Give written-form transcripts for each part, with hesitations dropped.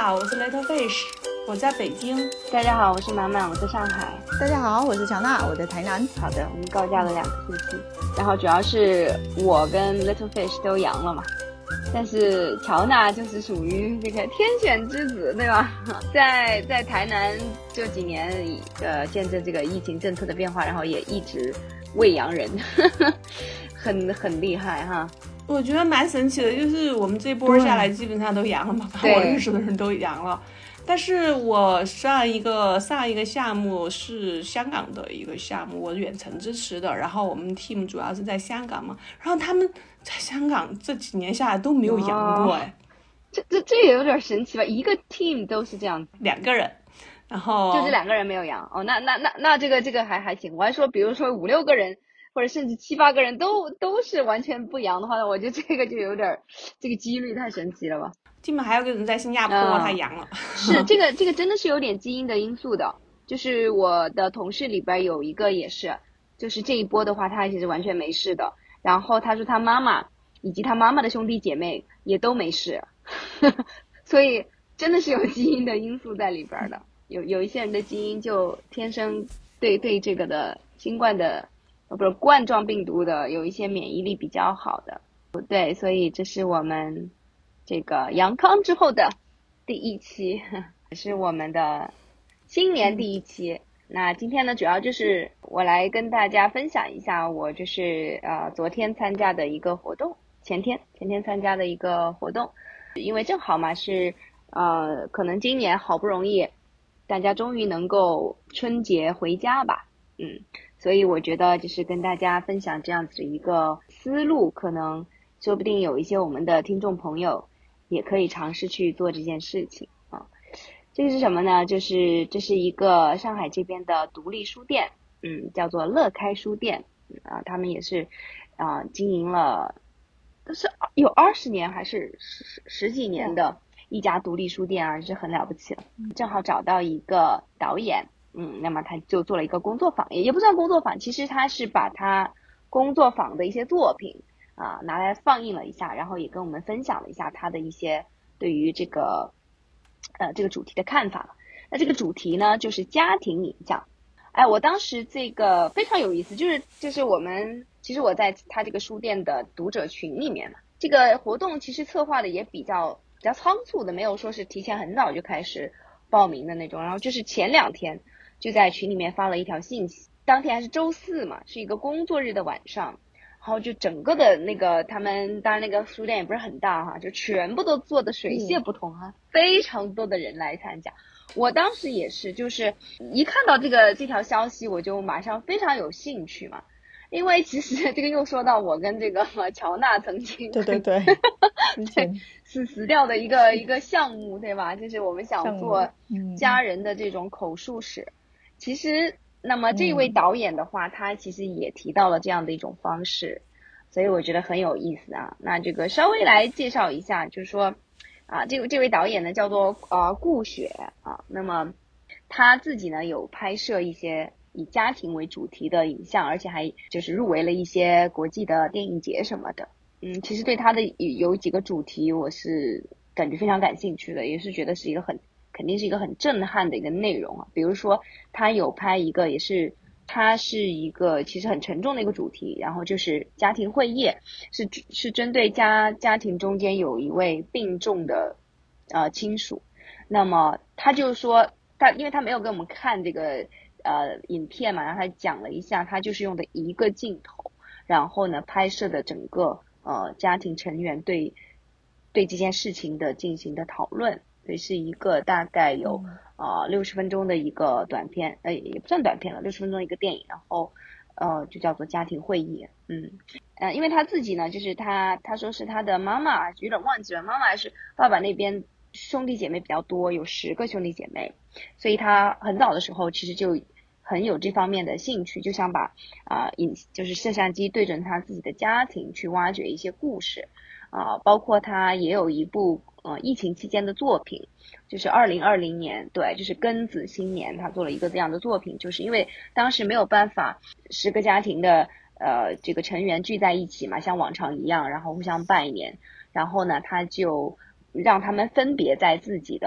好，我是 Little Fish， 我在北京。 大家好，我是满满，我在上海。 大家好，我是乔娜，我在台南。 好的，我们告假了2个星期，然后主要是我跟 Little Fish 都阳了嘛，但是乔娜就是属于这个天选之子，对吧？在台南这几年见证这个疫情政策的变化，然后也一直喂养人，很厉害哈。 我觉得蛮神奇的，就是我们这波下来基本上都阳了嘛，把我认识的人都阳了。但是我上一个项目是香港的一个项目，我远程支持的，然后我们 team 主要是在香港嘛，然后他们在香港这几年下来都没有阳过哎， 这也有点神奇吧？一个 team 都是这样 ，2个人，然后就这2个人没有阳哦，那这个还行，我还说比如说5-6个人。或者甚至7-8个人都是完全不阳的话，我觉得这个就有点，这个几率太神奇了吧。 基本还有个人在新加坡，他阳了。 是这个真的是有点基因的因素的。就是我的同事里边有一个也是，就是这一波的话，他其实完全没事的。然后他说他妈妈以及他妈妈的兄弟姐妹也都没事，所以真的是有基因的因素在里边的。有一些人的基因就天生对这个的新冠的。不是冠状病毒的有一些免疫力比较好的，对，所以这是我们这个阳康之后的第1期，也是我们的新年第1期。那今天呢，主要就是我来跟大家分享一下我就是昨天参加的一个活动，前天参加的一个活动，因为正好嘛是可能今年好不容易大家终于能够春节回家吧，所以我觉得就是跟大家分享这样子的一个思路，可能说不定有一些我们的听众朋友也可以尝试去做这件事情啊。这个是什么呢？就是这是一个上海这边的独立书店，叫做乐开书店他们也是经营了是有20年还是十几年的一家独立书店是很了不起了。正好找到一个导演。那么他就做了一个工作坊，也不算工作坊，其实他是把他工作坊的一些作品拿来放映了一下，然后也跟我们分享了一下他的一些对于这个主题的看法。那这个主题呢就是家庭影像。我当时这个非常有意思，就是我们其实我在他这个书店的读者群里面嘛，这个活动其实策划的也比较仓促的，没有说是提前很早就开始报名的那种，然后就是前2天就在群里面发了一条信息，当天还是周4嘛，是一个工作日的晚上，然后就整个的那个他们当然那个书店也不是很大哈，就全部都做的水泄不通非常多的人来参加。我当时也是，就是一看到这条消息，我就马上非常有兴趣嘛，因为其实这个又说到我跟这个乔娜曾经对死掉的一个项目，对吧？就是我们想做家人的这种口述史。其实那么这位导演的话他其实也提到了这样的一种方式，所以我觉得很有意思那这个稍微来介绍一下，就是说这位导演呢叫做顾雪那么他自己呢有拍摄一些以家庭为主题的影像，而且还就是入围了一些国际的电影节什么的。其实对他的有几个主题我是感觉非常感兴趣的，也是觉得是一个肯定是一个很震撼的一个内容比如说他有拍一个它是一个其实很沉重的一个主题，然后就是家庭会议，是针对家庭中间有一位病重的亲属。那么他就说因为他没有给我们看这个影片嘛，然后他讲了一下他就是用的一个镜头，然后呢拍摄的整个家庭成员对这件事情的进行的讨论。所以是一个大概有60分钟的一个短片，也不算短片了，60分钟一个电影，然后就叫做家庭会议。因为他自己呢就是他说是他的妈妈有点忘记了，妈妈还是爸爸那边兄弟姐妹比较多，有10个兄弟姐妹，所以他很早的时候其实就很有这方面的兴趣，就想把就是摄像机对准他自己的家庭去挖掘一些故事包括他也有一部疫情期间的作品，就是2020年，对，就是庚子新年，他做了一个这样的作品，就是因为当时没有办法10个家庭的这个成员聚在一起嘛，像往常一样，然后互相拜年，然后呢他就让他们分别在自己的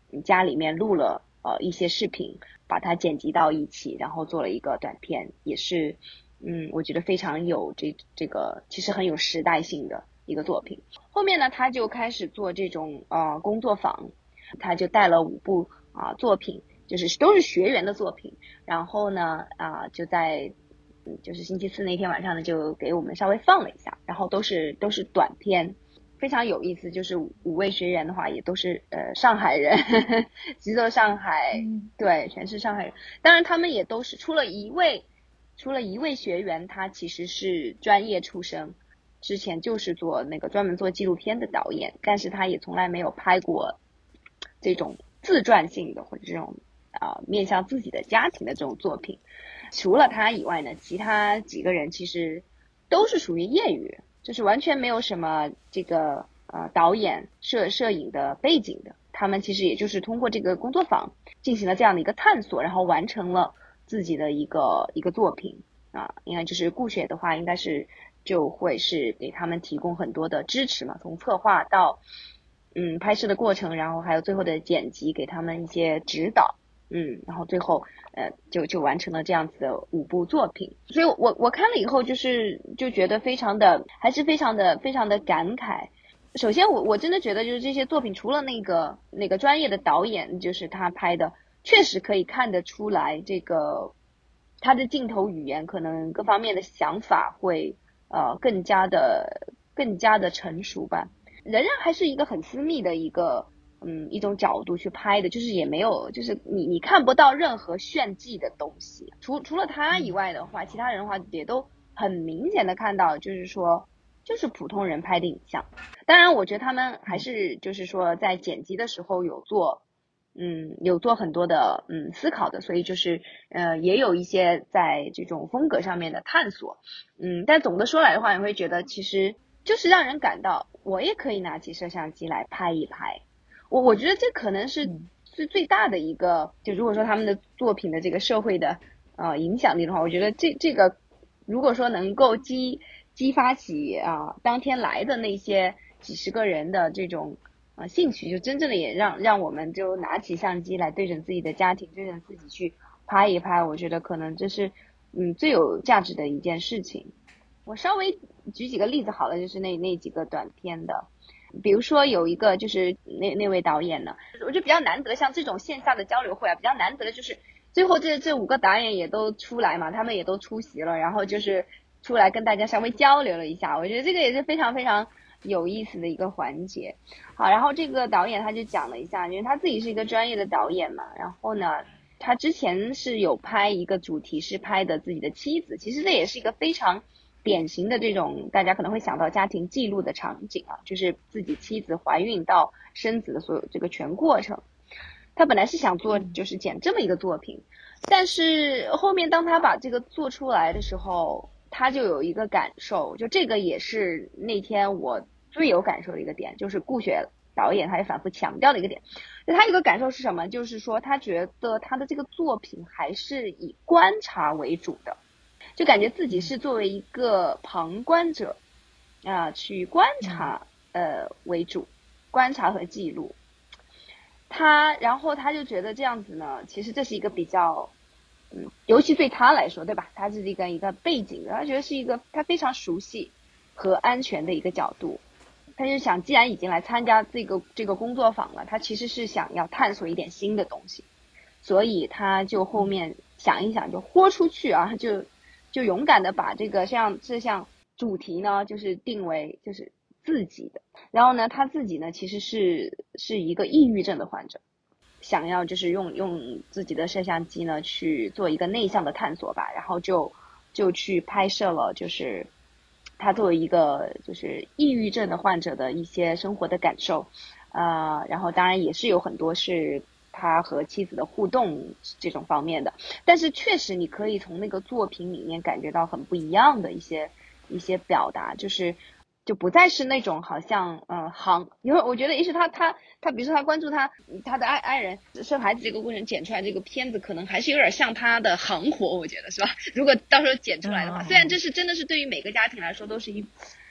家里面录了一些视频，把它剪辑到一起，然后做了一个短片，也是我觉得非常有这个其实很有时代性的一个作品。后面呢，他就开始做这种工作坊，他就带了5部作品，就是都是学员的作品，然后呢就在就是星期四那天晚上呢，就给我们稍微放了一下，然后都是短片，非常有意思。就是5位学员的话也都是上海人，吉州上海，对，全是上海人。当然他们也都是除了一位学员，他其实是专业出身，之前就是做那个专门做纪录片的导演，但是他也从来没有拍过这种自传性的或者这种面向自己的家庭的这种作品。除了他以外呢，其他几个人其实都是属于业余，就是完全没有什么这个导演摄影的背景的。他们其实也就是通过这个工作坊进行了这样的一个探索，然后完成了自己的一个作品因为就是顾雪的话应该是就会是给他们提供很多的支持嘛，从策划到拍摄的过程，然后还有最后的剪辑，给他们一些指导然后最后就完成了这样子的5部作品。所以我看了以后就觉得还是非常的感慨。首先我真的觉得就是这些作品除了那个专业的导演就是他拍的，确实可以看得出来这个他的镜头语言可能各方面的想法会更加的成熟吧，仍然还是一个很私密的一种角度去拍的，就是也没有就是你看不到任何炫技的东西。除了他以外的话，其他人的话也都很明显的看到就是说就是普通人拍的影像。当然我觉得他们还是就是说在剪辑的时候有做很多的思考的，所以就是也有一些在这种风格上面的探索。但总的说来的话，你会觉得其实就是让人感到我也可以拿起摄像机来拍一拍。我觉得这可能是最大的一个，就如果说他们的作品的这个社会的影响力的话，我觉得这个如果说能够激发起当天来的那些几十个人的这种兴趣，就真正的也让我们就拿起相机来对准自己的家庭，对准自己去拍一拍，我觉得可能这是最有价值的一件事情。我稍微举几个例子好了，就是那几个短片的。比如说有一个就是那位导演呢，我觉得比较难得，像这种线下的交流会比较难得的就是最后这5个导演也都出来嘛，他们也都出席了，然后就是出来跟大家稍微交流了一下，我觉得这个也是非常非常有意思的一个环节。好，然后这个导演他就讲了一下，因为他自己是一个专业的导演嘛，然后呢他之前是有拍一个主题是拍的自己的妻子，其实这也是一个非常典型的这种大家可能会想到家庭记录的场景就是自己妻子怀孕到生子的所有这个全过程。他本来是想做就是剪这么一个作品，但是后面当他把这个做出来的时候，他就有一个感受，就这个也是那天我最有感受的一个点，就是顾雪导演他也反复强调的一个点。就他有个感受是什么，就是说他觉得他的这个作品还是以观察为主的，就感觉自己是作为一个旁观者去观察为主，观察和记录。然后他就觉得这样子呢，其实这是一个比较尤其对他来说，对吧，他是一个背景的，他觉得是一个他非常熟悉和安全的一个角度。他就想既然已经来参加这个工作坊了，他其实是想要探索一点新的东西，所以他就后面想一想就豁出去就勇敢的把这项主题呢就是定为就是自己的。然后呢他自己呢其实是一个抑郁症的患者，想要就是用自己的摄像机呢去做一个内向的探索吧，然后就去拍摄了就是他作为一个就是抑郁症的患者的一些生活的感受然后当然也是有很多是他和妻子的互动这种方面的，但是确实你可以从那个作品里面感觉到很不一样的一些表达，就不再是那种好像因为我觉得也许他比如说他关注他的爱人生孩子这个过程剪出来这个片子可能还是有点像他的行活，我觉得是吧，如果到时候剪出来的话虽然这是真的是对于每个家庭来说都是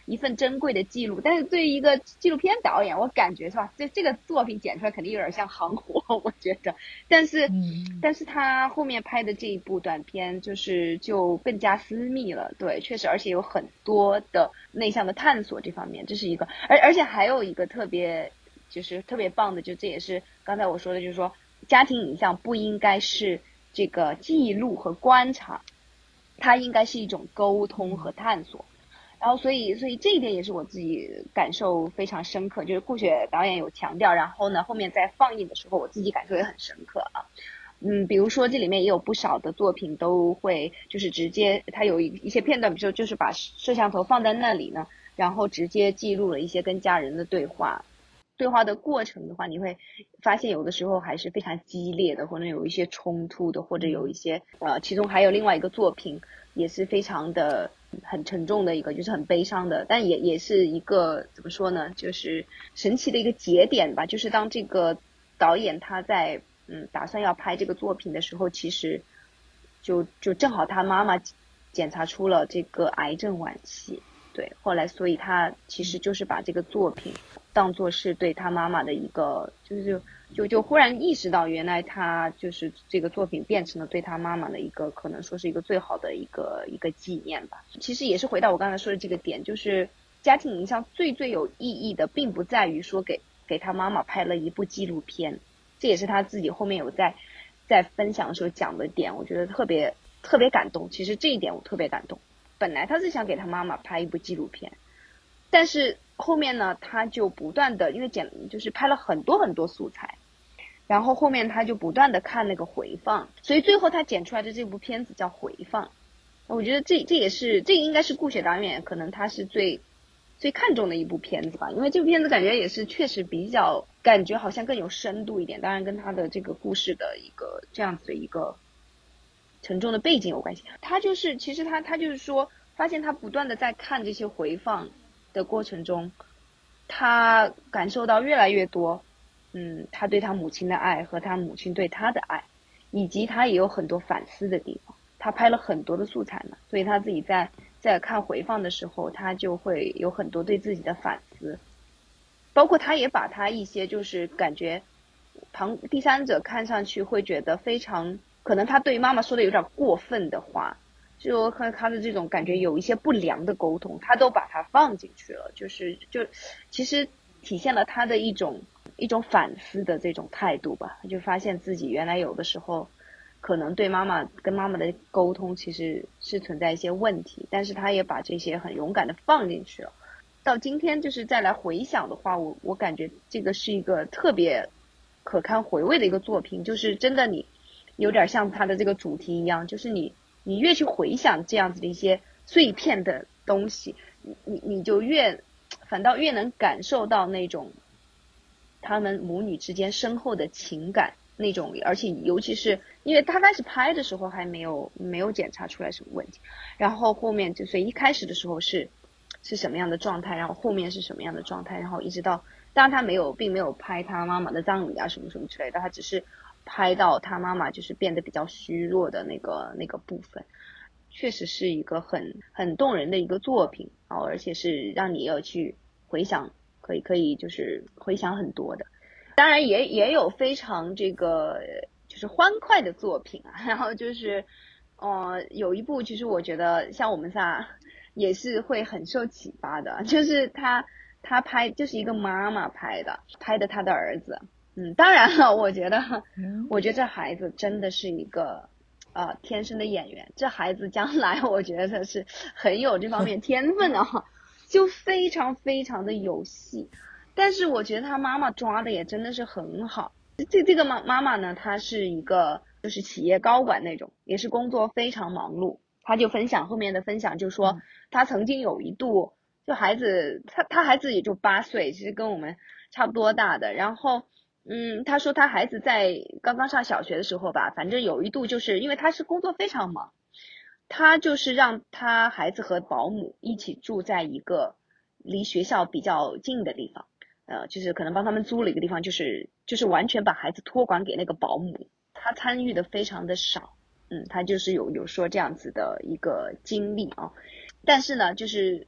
一份珍贵的记录。但是对于一个纪录片导演，我感觉是吧，这个作品剪出来肯定有点像行活，我觉得。但是他后面拍的这一部短片就更加私密了，对，确实，而且有很多的内向的探索这方面，这是一个。而且还有一个特别棒的，就这也是刚才我说的，就是说家庭影像不应该是这个记录和观察，它应该是一种沟通和探索。然后所以这一点也是我自己感受非常深刻，就是顾雪导演有强调，然后呢后面在放映的时候我自己感受也很深刻啊。比如说这里面也有不少的作品都会就是直接它有一些片段，比如说就是把摄像头放在那里呢，然后直接记录了一些跟家人的对话的过程的话，你会发现有的时候还是非常激烈的，或者有一些冲突的，或者有一些其中还有另外一个作品也是非常的很沉重的一个，就是很悲伤的，但也是一个怎么说呢，就是神奇的一个节点吧。就是当这个导演他在打算要拍这个作品的时候，其实就正好他妈妈检查出了这个癌症晚期，对，后来所以他其实就是把这个作品当作是对他妈妈的一个，就忽然意识到，原来他就是这个作品变成了对他妈妈的一个，可能说是一个最好的一个纪念吧。其实也是回到我刚才说的这个点，就是家庭影像最有意义的，并不在于说给他妈妈拍了一部纪录片，这也是他自己后面有在分享的时候讲的点，我觉得特别感动。其实这一点我特别感动。本来他是想给他妈妈拍一部纪录片，但是后面呢，他就不断的，因为就是拍了很多素材，然后后面他就不断的看那个回放，所以最后他剪出来的这部片子叫回放。我觉得这应该是顾雪导演可能他是最看重的一部片子吧，因为这部片子感觉也是确实比较感觉好像更有深度一点，当然跟他的这个故事的一个这样子的一个沉重的背景有关系。他就是其实他就是说，发现他不断的在看这些回放的过程中，他感受到越来越多他对他母亲的爱和他母亲对他的爱，以及他也有很多反思的地方。他拍了很多的素材嘛，所以他自己在看回放的时候，他就会有很多对自己的反思，包括他也把他一些就是感觉第三者看上去会觉得非常可能他对妈妈说的有点过分的话，就和他的这种感觉有一些不良的沟通，他都把它放进去了，就其实体现了他的一种反思的这种态度吧。他就发现自己原来有的时候可能对跟妈妈的沟通其实是存在一些问题，但是他也把这些很勇敢的放进去了。到今天就是再来回想的话，我感觉这个是一个特别可堪回味的一个作品，就是真的你有点像它的这个主题一样，就是你越去回想这样子的一些碎片的东西，你就反倒越能感受到那种他们母女之间深厚的情感那种，而且尤其是因为他开始拍的时候还没有检查出来什么问题，然后后面就是一开始的时候是什么样的状态，然后后面是什么样的状态，然后一直到当然他并没有拍他妈妈的葬礼啊什么什么之类的，他只是拍到他妈妈就是变得比较虚弱的那个部分，确实是一个很动人的一个作品而且是让你要去回想，可以就是回想很多的。当然也有非常这个就是欢快的作品啊，然后就是有一部其实我觉得像我们仨也是会很受启发的，就是他拍就是一个妈妈拍的他的儿子。当然了，我觉得这孩子真的是一个天生的演员，这孩子将来我觉得是很有这方面天分的就非常非常的有戏。但是我觉得他妈妈抓的也真的是很好。这个妈妈呢，她是一个就是企业高管那种，也是工作非常忙碌。他就后面的分享就说他曾经有一度就孩子他孩子也就8岁，其实跟我们差不多大的，然后他说他孩子在刚刚上小学的时候吧，反正有一度就是因为他是工作非常忙，他就是让他孩子和保姆一起住在一个离学校比较近的地方，就是可能帮他们租了一个地方，就是完全把孩子托管给那个保姆，他参与的非常的少。他就是有说这样子的一个经历但是呢，就是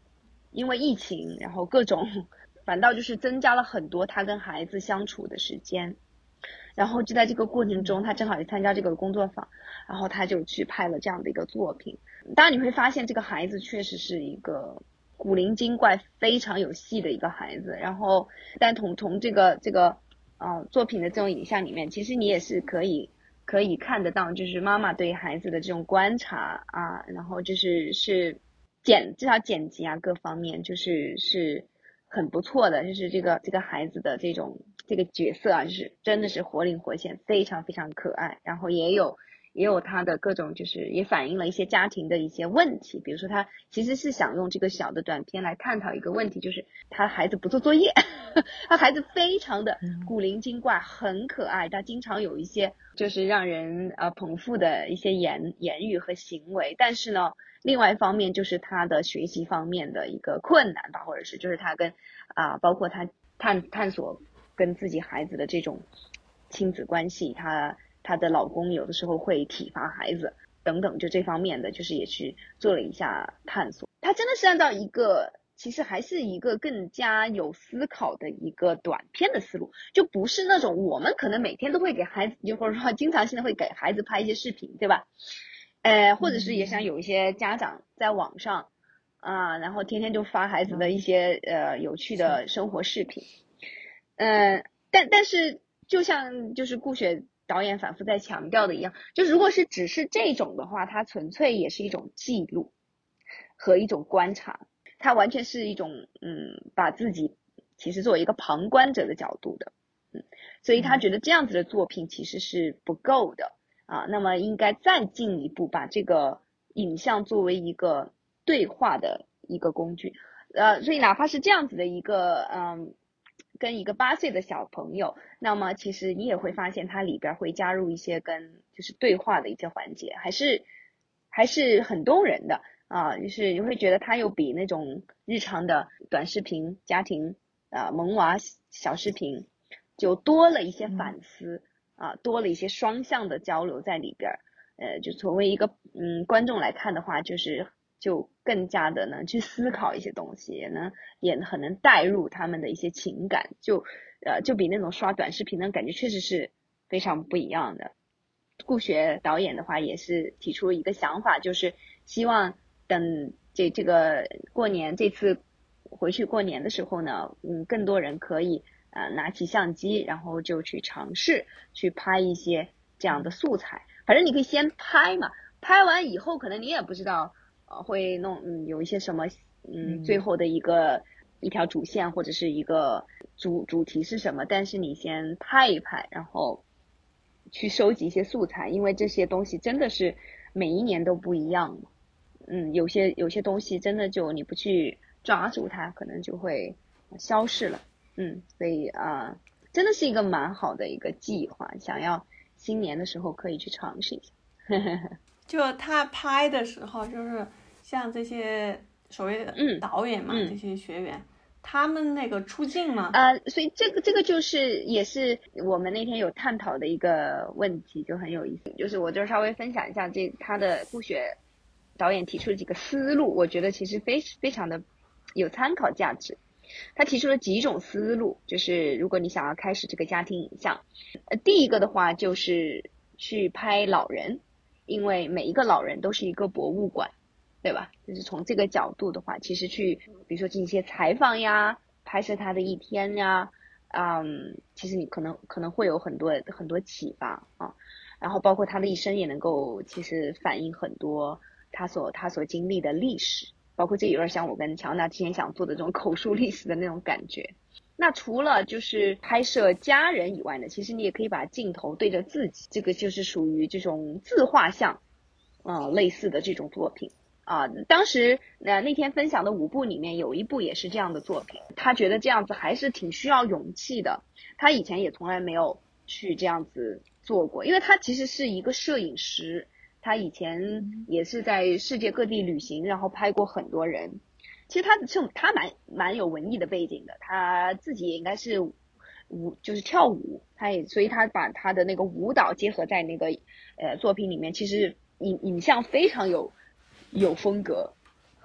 因为疫情，然后各种反倒就是增加了很多他跟孩子相处的时间。然后就在这个过程中，他正好也参加这个工作坊，然后他就去拍了这样的一个作品。当然你会发现这个孩子确实是一个古灵精怪非常有戏的一个孩子，然后但从这个作品的这种影像里面，其实你也是可以看得到，就是妈妈对孩子的这种观察啊，然后就是至少剪辑啊各方面是很不错的，就是这个孩子的这个角色啊，就是真的是活灵活现，非常非常可爱。然后也有他的各种，就是也反映了一些家庭的一些问题，比如说他其实是想用这个小的短片来探讨一个问题，就是他孩子不做作业他孩子非常的古灵精怪，很可爱，他经常有一些就是让人捧腹的一些言语和行为，但是呢另外一方面就是他的学习方面的一个困难吧，或者是就是他跟包括他探索跟自己孩子的这种亲子关系，她的老公有的时候会体罚孩子等等，就这方面的就是也去做了一下探索。她真的是按照一个其实还是一个更加有思考的一个短片的思路，就不是那种我们可能每天都会给孩子，就或者说经常性的会给孩子拍一些视频，对吧？或者是也像有一些家长在网上然后天天就发孩子的一些有趣的生活视频。但是就像就是顾雪导演反复在强调的一样，就如果是只是这种的话，它纯粹也是一种记录和一种观察，它完全是一种把自己其实作为一个旁观者的角度的，所以他觉得这样子的作品其实是不够的那么应该再进一步把这个影像作为一个对话的一个工具，所以哪怕是这样子的一个跟一个8岁的小朋友，那么其实你也会发现它里边会加入一些跟就是对话的一些环节，还是很动人的就是你会觉得它又比那种日常的短视频、家庭萌娃小视频就多了一些反思多了一些双向的交流在里边就作为一个观众来看的话，就更加的能去思考一些东西，也很能带入他们的一些情感，就比那种刷短视频的感觉确实是非常不一样的。顾雪导演的话也是提出一个想法，就是希望等这个过年这次回去过年的时候呢，更多人可以拿起相机，然后就去尝试去拍一些这样的素材。反正你可以先拍嘛，拍完以后可能你也不知道会弄有一些什么最后的一条主线或者是一个主题是什么，但是你先拍一拍，然后去收集一些素材，因为这些东西真的是每一年都不一样有些东西真的就你不去抓住它，可能就会消逝了所以真的是一个蛮好的一个计划，想要新年的时候可以去尝试一下就他拍的时候，就是像这些所谓的导演嘛，这些学员他们那个出镜嘛所以这个就是也是我们那天有探讨的一个问题，就很有意思。就是我就稍微分享一下他的顾雪导演提出的几个思路，我觉得其实非常的有参考价值。他提出了几种思路，就是如果你想要开始这个家庭影像，第一个的话就是去拍老人，因为每一个老人都是一个博物馆，对吧？就是从这个角度的话，其实去比如说进行一些采访呀，拍摄他的一天呀，其实你可能会有很多启发然后包括他的一生也能够其实反映很多他所经历的历史。包括这有点像我跟乔娜之前想做的这种口述历史的那种感觉。那除了就是拍摄家人以外呢，其实你也可以把镜头对着自己，这个就是属于这种自画像类似的这种作品当时那天分享的5部里面有一部也是这样的作品，他觉得这样子还是挺需要勇气的，他以前也从来没有去这样子做过，因为他其实是一个摄影师，他以前也是在世界各地旅行，然后拍过很多人。其实他蛮有文艺的背景的，他自己也应该是就是跳舞，所以他把他的那个舞蹈结合在那个作品里面，其实影像非常有风格，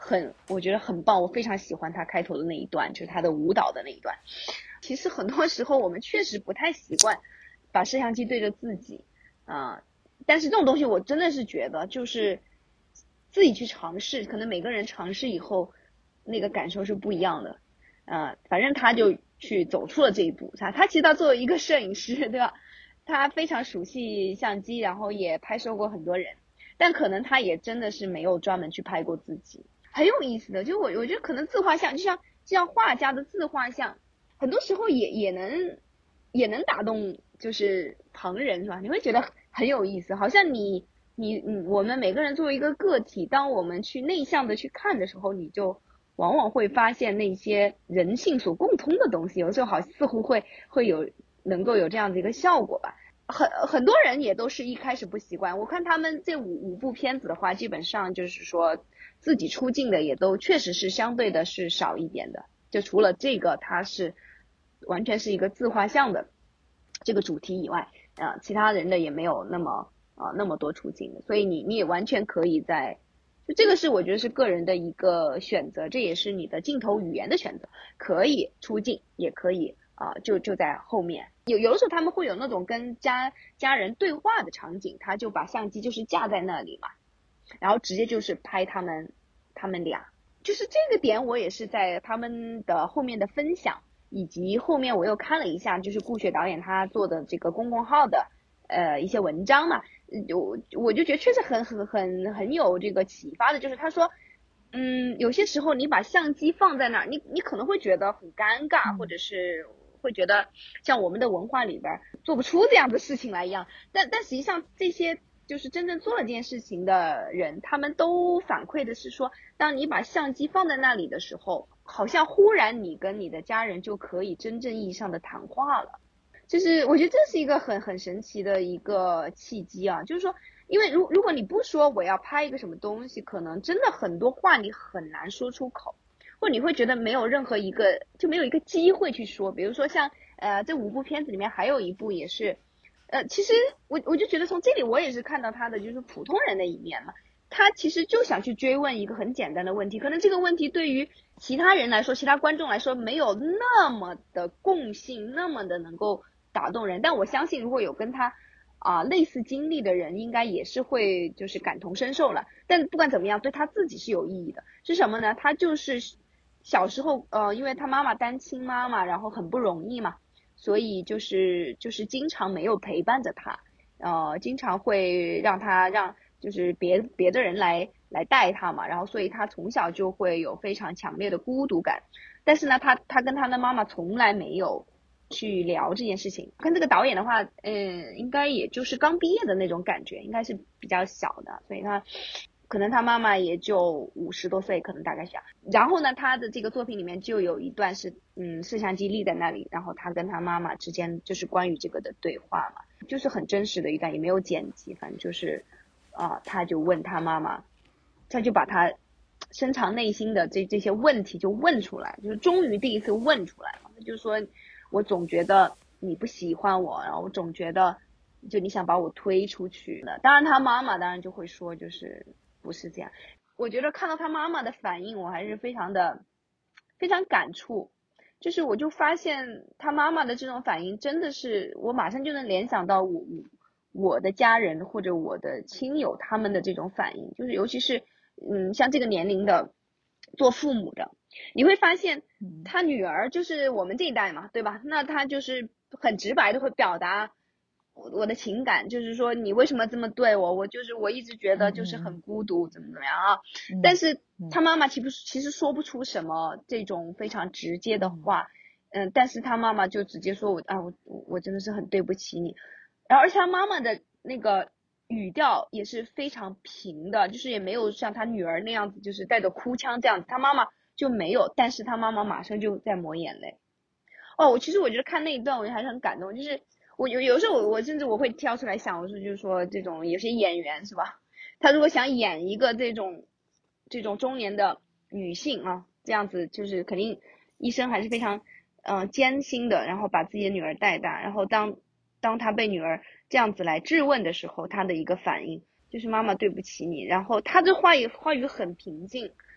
我觉得很棒，我非常喜欢他开头的那一段，就是他的舞蹈的那一段。其实很多时候我们确实不太习惯把摄像机对着自己但是这种东西我真的是觉得就是自己去尝试，可能每个人尝试以后那个感受是不一样的反正他就去走出了这一步。他其实他作为一个摄影师，对吧，他非常熟悉相机，然后也拍摄过很多人，但可能他也真的是没有专门去拍过自己。很有意思的，就我觉得可能自画像就像画家的自画像，很多时候也能打动就是旁人，是吧？你会觉得很有意思，好像我们每个人作为一个个体，当我们去内向的去看的时候，你就往往会发现那些人性所共通的东西，有时候似乎会能够有这样的一个效果吧。很多人也都是一开始不习惯，我看他们这五部片子的话，基本上就是说自己出镜的也都确实是相对的是少一点的，就除了这个它是完全是一个自画像的这个主题以外其他人的也没有那么多出镜的，所以你也完全可以就这个是我觉得是个人的一个选择，这也是你的镜头语言的选择，可以出镜也可以就在后面。有的时候他们会有那种跟家人对话的场景，他就把相机就是架在那里嘛，然后直接就是拍他们俩。就是这个点我也是在他们的后面的分享，以及后面我又看了一下就是顾雪导演他做的这个公众号的一些文章嘛，我就觉得确实很有这个启发的，就是他说有些时候你把相机放在那儿，你可能会觉得很尴尬，或者是会觉得像我们的文化里边做不出这样的事情来一样，但实际上这些就是真正做了这件事情的人，他们都反馈的是说，当你把相机放在那里的时候，好像忽然你跟你的家人就可以真正意义上的谈话了。就是我觉得这是一个很神奇的一个契机就是说因为如果你不说我要拍一个什么东西，可能真的很多话你很难说出口，或者你会觉得没有一个机会去说。比如说像这五部片子里面还有一部也是其实我就觉得从这里我也是看到他的就是普通人的一面嘛，他其实就想去追问一个很简单的问题，可能这个问题对于其他人来说，其他观众来说没有那么的共性，那么的能够打动人，但我相信如果有跟他类似经历的人，应该也是会就是感同身受了。但不管怎么样，对他自己是有意义的。是什么呢？他就是小时候因为他妈妈单亲妈妈，然后很不容易嘛，所以就是经常没有陪伴着他经常会让就是别的人来带他嘛，然后所以他从小就会有非常强烈的孤独感。但是呢他跟他的妈妈从来没有去聊这件事情。跟这个导演的话应该也就是刚毕业的那种感觉，应该是比较小的，所以可能他妈妈也就50多岁，可能大概是这样。然后呢他的这个作品里面就有一段是摄像机立在那里，然后他跟他妈妈之间就是关于这个的对话嘛，就是很真实的一段，也没有剪辑，反正就是他就问他妈妈，他就把他深藏内心的这些问题就问出来，就是终于第一次问出来了。就是说我总觉得你不喜欢我，然后我总觉得就你想把我推出去的。当然他妈妈当然就会说就是不是这样。我觉得看到他妈妈的反应我还是非常感触，就是我就发现他妈妈的这种反应真的是我马上就能联想到我的家人或者我的亲友他们的这种反应，就是尤其是像这个年龄的做父母的，你会发现他女儿就是我们这一代嘛，对吧？那他就是很直白的会表达我的情感，就是说你为什么这么对我，我一直觉得就是很孤独怎么样但是他妈妈其实说不出什么这种非常直接的话但是他妈妈就直接说我真的是很对不起你。然后而且他妈妈的那个语调也是非常平的，就是也没有像他女儿那样子就是带着哭腔这样子，他妈妈就没有，但是他妈妈马上就在抹眼泪。其实我觉得看那一段我还是很感动，就是我有时候我甚至我会挑出来想，我说就是说这种有些演员是吧，他如果想演一个这种中年的女性这样子就是肯定一生还是非常艰辛的，然后把自己的女儿带大，然后当他被女儿这样子来质问的时候，他的一个反应就是妈妈对不起你，然后他的话语很平静，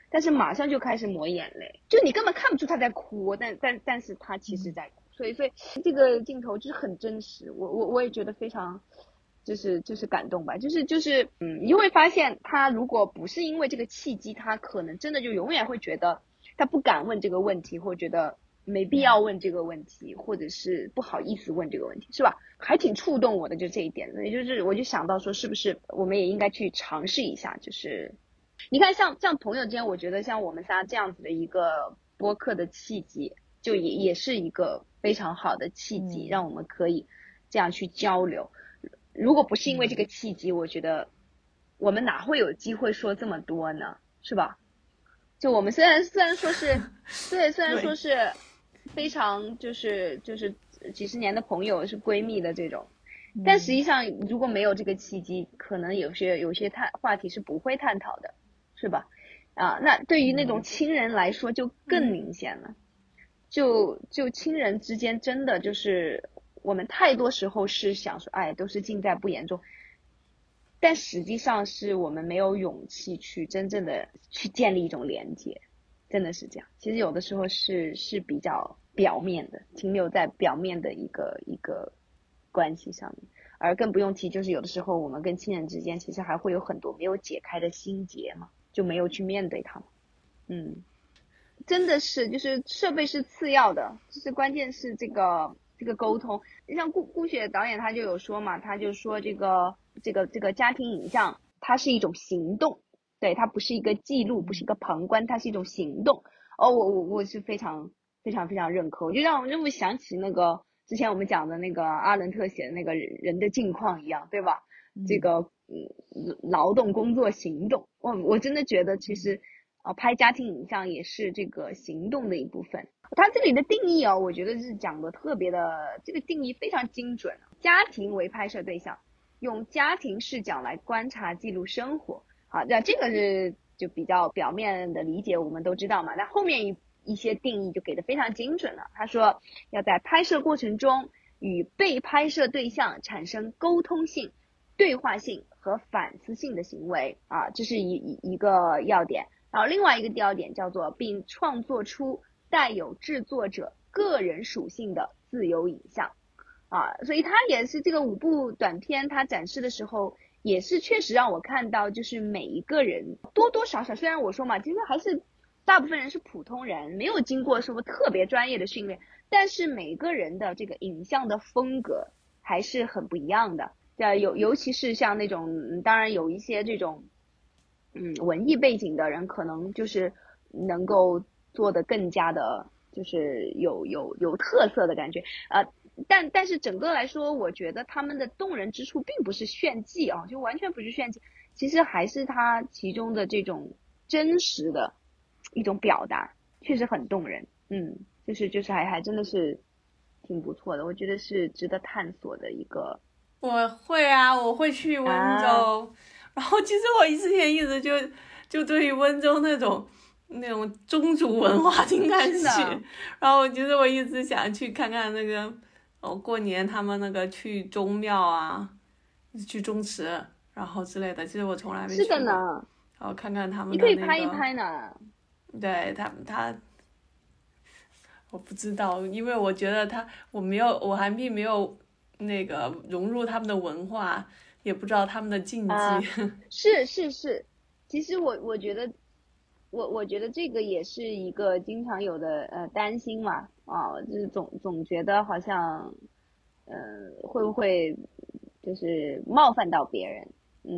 但是马上就开始抹眼泪，就你根本看不出他在哭，但是他其实在哭，所以这个镜头就是很真实，我也觉得非常就是感动吧，就是你就会发现他如果不是因为这个契机，他可能真的就永远会觉得他不敢问这个问题，或者觉得没必要问这个问题，或者是不好意思问这个问题，是吧？还挺触动我的，就这一点，也就是我就想到说，是不是我们也应该去尝试一下？就是你看像朋友之间，我觉得像我们仨这样子的一个播客的契机，就也是一个非常好的契机，让我们可以这样去交流。如果不是因为这个契机，我觉得我们哪会有机会说这么多呢？是吧？就我们虽然说是对，虽然说是非常就是几十年的朋友，是闺蜜的这种，但实际上如果没有这个契机，可能有些话题是不会探讨的，是吧？那对于那种亲人来说就更明显了，就亲人之间真的就是我们太多时候是想说，哎，都是尽在不言中。但实际上是我们没有勇气去真正的去建立一种连接，真的是这样。其实有的时候是比较表面的，停留在表面的一个关系上面，而更不用提就是有的时候我们跟亲人之间其实还会有很多没有解开的心结嘛，就没有去面对它们。真的是就是设备是次要的，就是关键是这个沟通。像顾雪导演他就有说嘛，他就说这个家庭影像它是一种行动，对，它不是一个记录，不是一个旁观，它是一种行动。我是非常非常非常认可，我就让我想起那个之前我们讲的那个阿伦特写的那个人的境况一样，对吧？这个劳动工作行动，我真的觉得其实拍家庭影像也是这个行动的一部分。它这里的定义我觉得是讲的特别的，这个定义非常精准。家庭为拍摄对象，用家庭视角来观察记录生活。好，那这个是就比较表面的理解，我们都知道嘛。那后面一些定义就给的非常精准了。他说要在拍摄过程中与被拍摄对象产生沟通性、对话性和反思性的行为这是一个要点。然后另外一个要点叫做并创作出带有制作者个人属性的自由影像所以它也是这个5部短片它展示的时候也是确实让我看到就是每一个人多多少少，虽然我说嘛，其实还是大部分人是普通人，没有经过什么特别专业的训练，但是每个人的这个影像的风格还是很不一样的。尤其是像那种当然有一些这种文艺背景的人可能就是能够做得更加的就是有特色的感觉但是整个来说我觉得他们的动人之处并不是炫技就完全不是炫技，其实还是他其中的这种真实的一种表达，确实很动人。就是还真的是挺不错的，我觉得是值得探索的一个。 我会去温州然后其实我之前一直就对于温州那种宗族文化挺感兴趣，然后其实我一直想去看看那个过年他们那个去宗庙去宗祠然后之类的，其实我从来没去过。 是的呢， 然后看看他们你可以拍一拍呢。 对他我不知道，因为我觉得我还并没有那个融入他们的文化，也不知道他们的禁忌。 是，其实我觉得我觉得这个也是一个经常有的担心嘛就是总觉得好像会不会就是冒犯到别人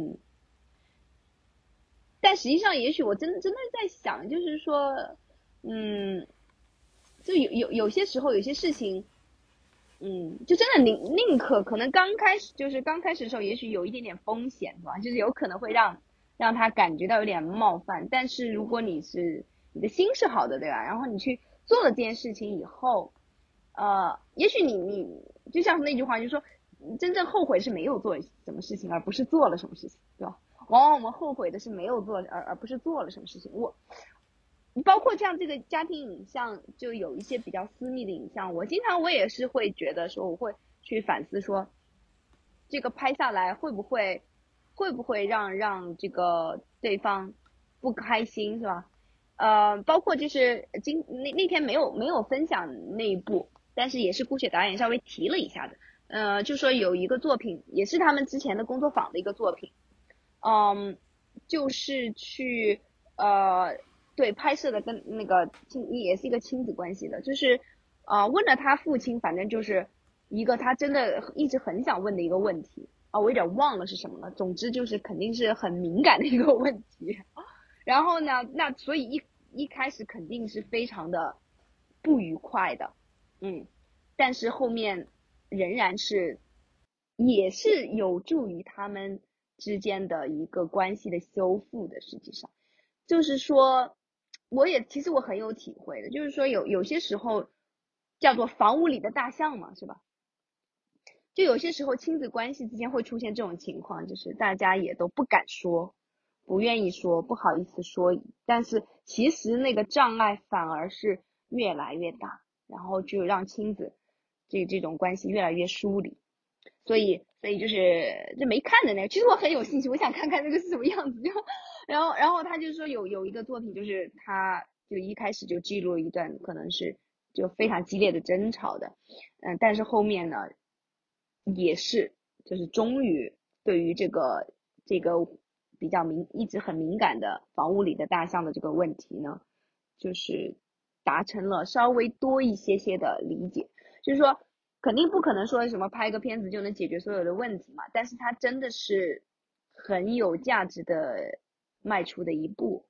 但实际上也许我真的在想，就是说就有些时候有些事情就真的宁可可能刚开始的时候也许有一点点风险是吧，就是有可能会让他感觉到有点冒犯，但是如果你的心是好的对吧，然后你去做了这件事情以后也许你就像那句话就是说真正后悔是没有做什么事情而不是做了什么事情对吧，往往我们后悔的是没有做而不是做了什么事情。包括像这个家庭影像就有一些比较私密的影像，我也是会觉得说我会去反思说这个拍下来会不会让这个对方不开心是吧， 包括就是那天没有分享那一部，但是也是顾雪导演稍微提了一下的，就说有一个作品也是他们之前的工作坊的一个作品，就是去对拍摄的跟那个也是一个亲子关系的，就是问了他父亲，反正就是一个他真的一直很想问的一个问题我有点忘了是什么了，总之就是肯定是很敏感的一个问题。然后呢，那所以一开始肯定是非常的不愉快的，但是后面仍然是也是有助于他们之间的一个关系的修复的。实际上就是说其实我很有体会的，就是说有些时候叫做房屋里的大象嘛，是吧？就有些时候亲子关系之间会出现这种情况，就是大家也都不敢说，不愿意说，不好意思说，但是其实那个障碍反而是越来越大，然后就让亲子这种关系越来越疏离。所以就是这没看的那个，其实我很有兴趣，我想看看那个是什么样子。然后他就说有一个作品，就是他就一开始就记录了一段可能是就非常激烈的争吵的，但是后面呢也是就是终于对于这个比较一直很敏感的房屋里的大象的这个问题呢，就是达成了稍微多一些的理解。就是说肯定不可能说什么拍个片子就能解决所有的问题嘛，但是它真的是很有价值的迈出的一步。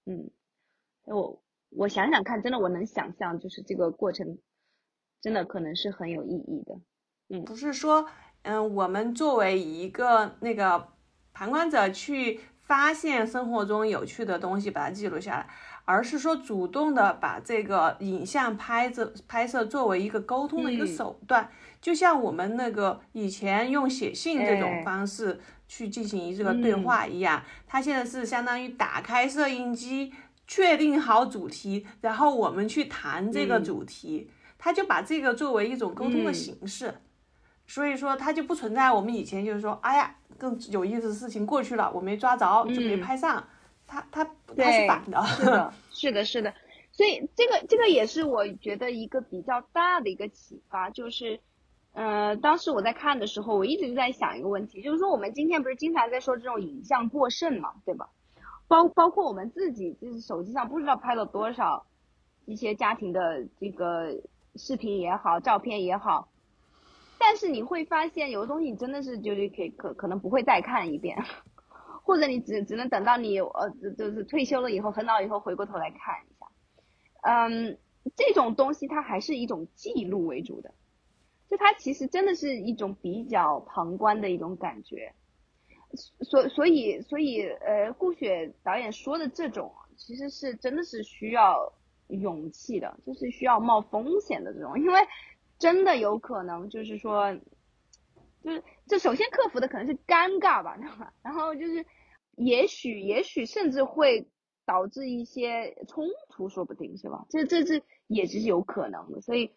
我想想看，真的我能想象就是这个过程真的可能是很有意义的。 不是说我们作为一个那个旁观者去发现生活中有趣的东西把它记录下来，而是说主动的把这个影像拍摄作为一个沟通的一个手段，就像我们那个以前用写信这种方式去进行这个对话一样，它现在是相当于打开摄音机，确定好主题，然后我们去谈这个主题，它就把这个作为一种沟通的形式。所以说它就不存在我们以前就是说哎呀更有意思的事情过去了我没抓着就没拍上，它是反的。 是的所以这个也是我觉得一个比较大的一个启发，就是当时我在看的时候我一直在想一个问题，就是说我们今天不是经常在说这种影像过剩嘛，对吧？包括我们自己就是手机上不知道拍了多少一些家庭的这个视频也好照片也好，但是你会发现有的东西你真的是就是可能不会再看一遍，或者你只能等到你就是退休了以后很老以后回过头来看一下。这种东西它还是一种记录为主的，就它其实真的是一种比较旁观的一种感觉。所以顾雪导演说的这种其实是真的是需要勇气的，就是需要冒风险的这种，因为真的有可能就是说就是这首先克服的可能是尴尬吧，然后就是也许甚至会导致一些冲突说不定，是吧？这也是有可能的。所以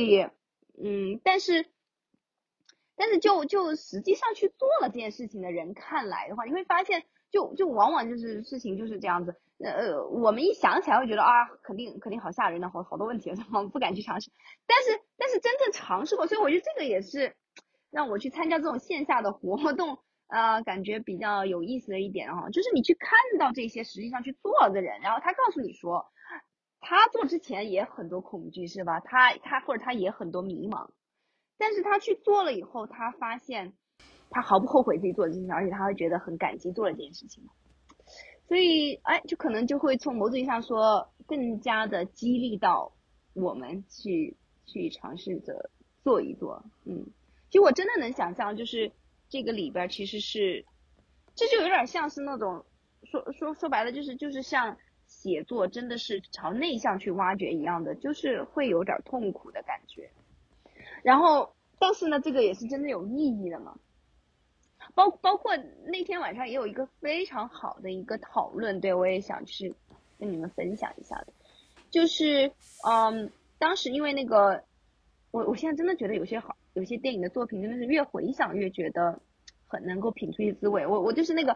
但是就实际上去做了这件事情的人看来的话，你会发现就往往就是事情就是这样子。我们一想起来会觉得肯定好吓人的，好多问题，我们不敢去尝试。但是真正尝试过，所以我觉得这个也是让我去参加这种线下的活动感觉比较有意思的一点就是你去看到这些实际上去做了的人，然后他告诉你说他做之前也很多恐惧，是吧？他或者他也很多迷茫，但是他去做了以后，他发现他毫不后悔自己做的事情，而且他会觉得很感激做了这件事情。所以就可能就会从某种意义上说更加的激励到我们去尝试着做一做。其实我真的能想象，就是这个里边其实是这就有点像是那种说白了就是像写作真的是朝内向去挖掘一样的，就是会有点痛苦的感觉。然后但是呢这个也是真的有意义的嘛。包括那天晚上也有一个非常好的一个讨论，对，我也想去跟你们分享一下的，就是当时因为那个我现在真的觉得有些电影的作品真的是越回想越觉得很能够品出一些滋味。我就是那个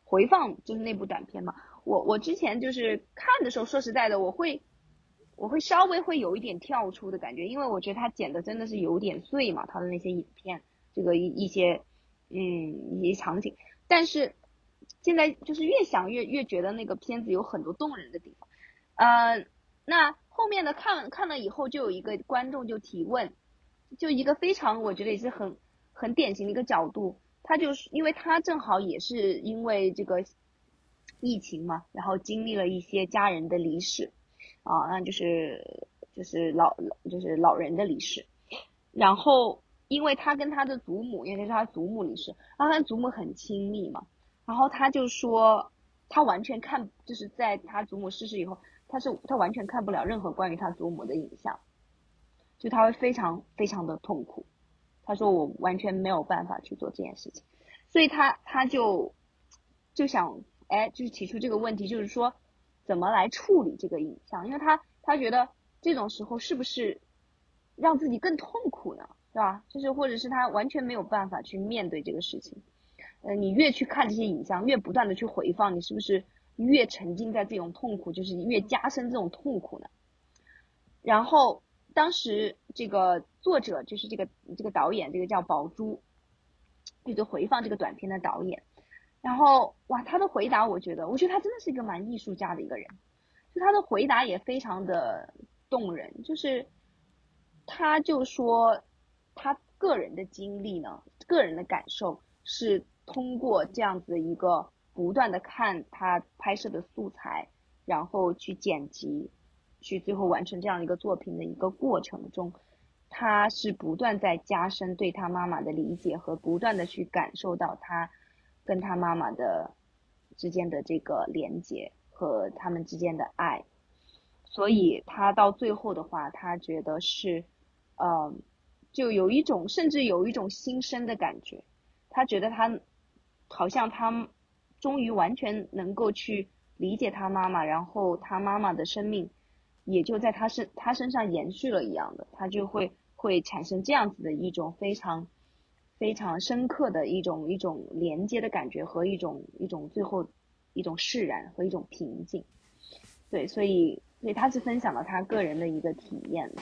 回放就是那部短片嘛，我之前就是看的时候，说实在的，我会稍微会有一点跳出的感觉，因为我觉得他剪的真的是有点碎嘛，他的那些影片，这个一些场景，但是现在就是越想越觉得那个片子有很多动人的地方。那后面的看了以后，就有一个观众就提问，就一个非常我觉得也是很典型的一个角度，他就是因为他正好也是因为这个疫情嘛，然后经历了一些家人的离世啊，那就是老人的离世，然后因为他跟他的祖母，因为是他祖母离世，然后他祖母很亲密嘛，然后他就说他完全就是在他祖母逝世以后，他完全看不了任何关于他祖母的影像，就他会非常非常的痛苦。他说我完全没有办法去做这件事情，所以他就想就是提出这个问题，就是说怎么来处理这个影像，因为他觉得这种时候是不是让自己更痛苦呢，对吧？就是或者是他完全没有办法去面对这个事情。你越去看这些影像，越不断的去回放，你是不是越沉浸在这种痛苦，就是越加深这种痛苦呢？然后当时这个作者就是这个导演，这个叫宝珠，就是回放这个短片的导演。然后哇，他的回答我觉得他真的是一个蛮艺术家的一个人，就他的回答也非常的动人，就是他就说他个人的经历呢，个人的感受是通过这样子一个不断的看他拍摄的素材，然后去剪辑，去最后完成这样一个作品的一个过程中，他是不断在加深对他妈妈的理解和不断的去感受到他跟他妈妈的之间的这个连结和他们之间的爱，所以他到最后的话，他觉得是就有一种甚至有一种新生的感觉，他觉得他好像他终于完全能够去理解他妈妈，然后他妈妈的生命也就在他身上延续了一样的，他就会产生这样子的一种非常非常深刻的一种连接的感觉和一种最后一种释然和一种平静。对，所以他是分享了他个人的一个体验。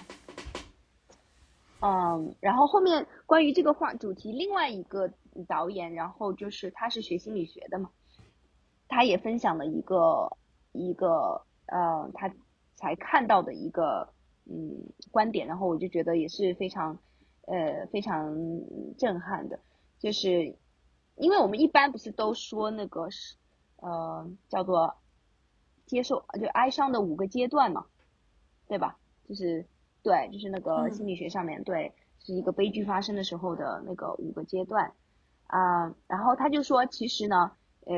然后后面关于这个主题，另外一个导演，然后就是他是学心理学的嘛，他也分享了一个他才看到的一个观点，然后我就觉得也是非常非常震撼的，就是因为我们一般不是都说那个是叫做接受就哀伤的5个阶段嘛，对吧？就是对，就是那个心理学上面对是一个悲剧发生的时候的那个5个阶段然后他就说其实呢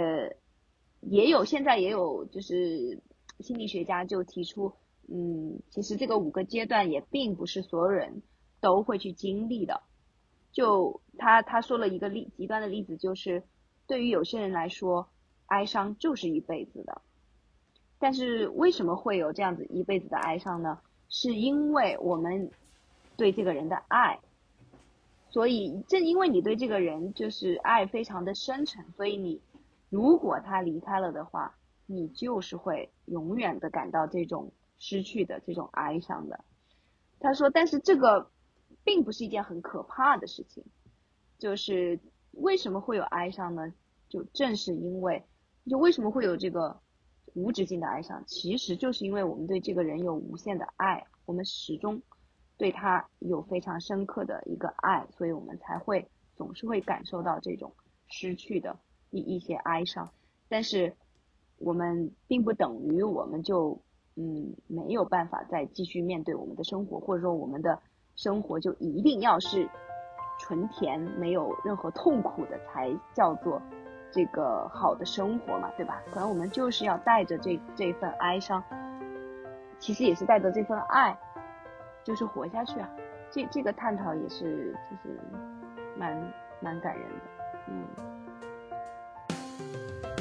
现在也有就是心理学家就提出其实这个5个阶段也并不是所有人都会去经历的，就他说了一个极端的例子，就是对于有些人来说哀伤就是一辈子的，但是为什么会有这样子一辈子的哀伤呢？是因为我们对这个人的爱，所以正因为你对这个人就是爱非常的深沉，所以你如果他离开了的话，你就是会永远的感到这种失去的这种哀伤的。他说但是这个并不是一件很可怕的事情，就是为什么会有哀伤呢？就正是因为就为什么会有这个无止境的哀伤，其实就是因为我们对这个人有无限的爱，我们始终对他有非常深刻的一个爱，所以我们才会总是会感受到这种失去的一些哀伤。但是我们并不等于我们就没有办法再继续面对我们的生活，或者说我们的生活就一定要是纯甜没有任何痛苦的才叫做这个好的生活嘛，对吧？可能我们就是要带着这份哀伤，其实也是带着这份爱，就是活下去啊。这个探讨也是就是蛮感人的。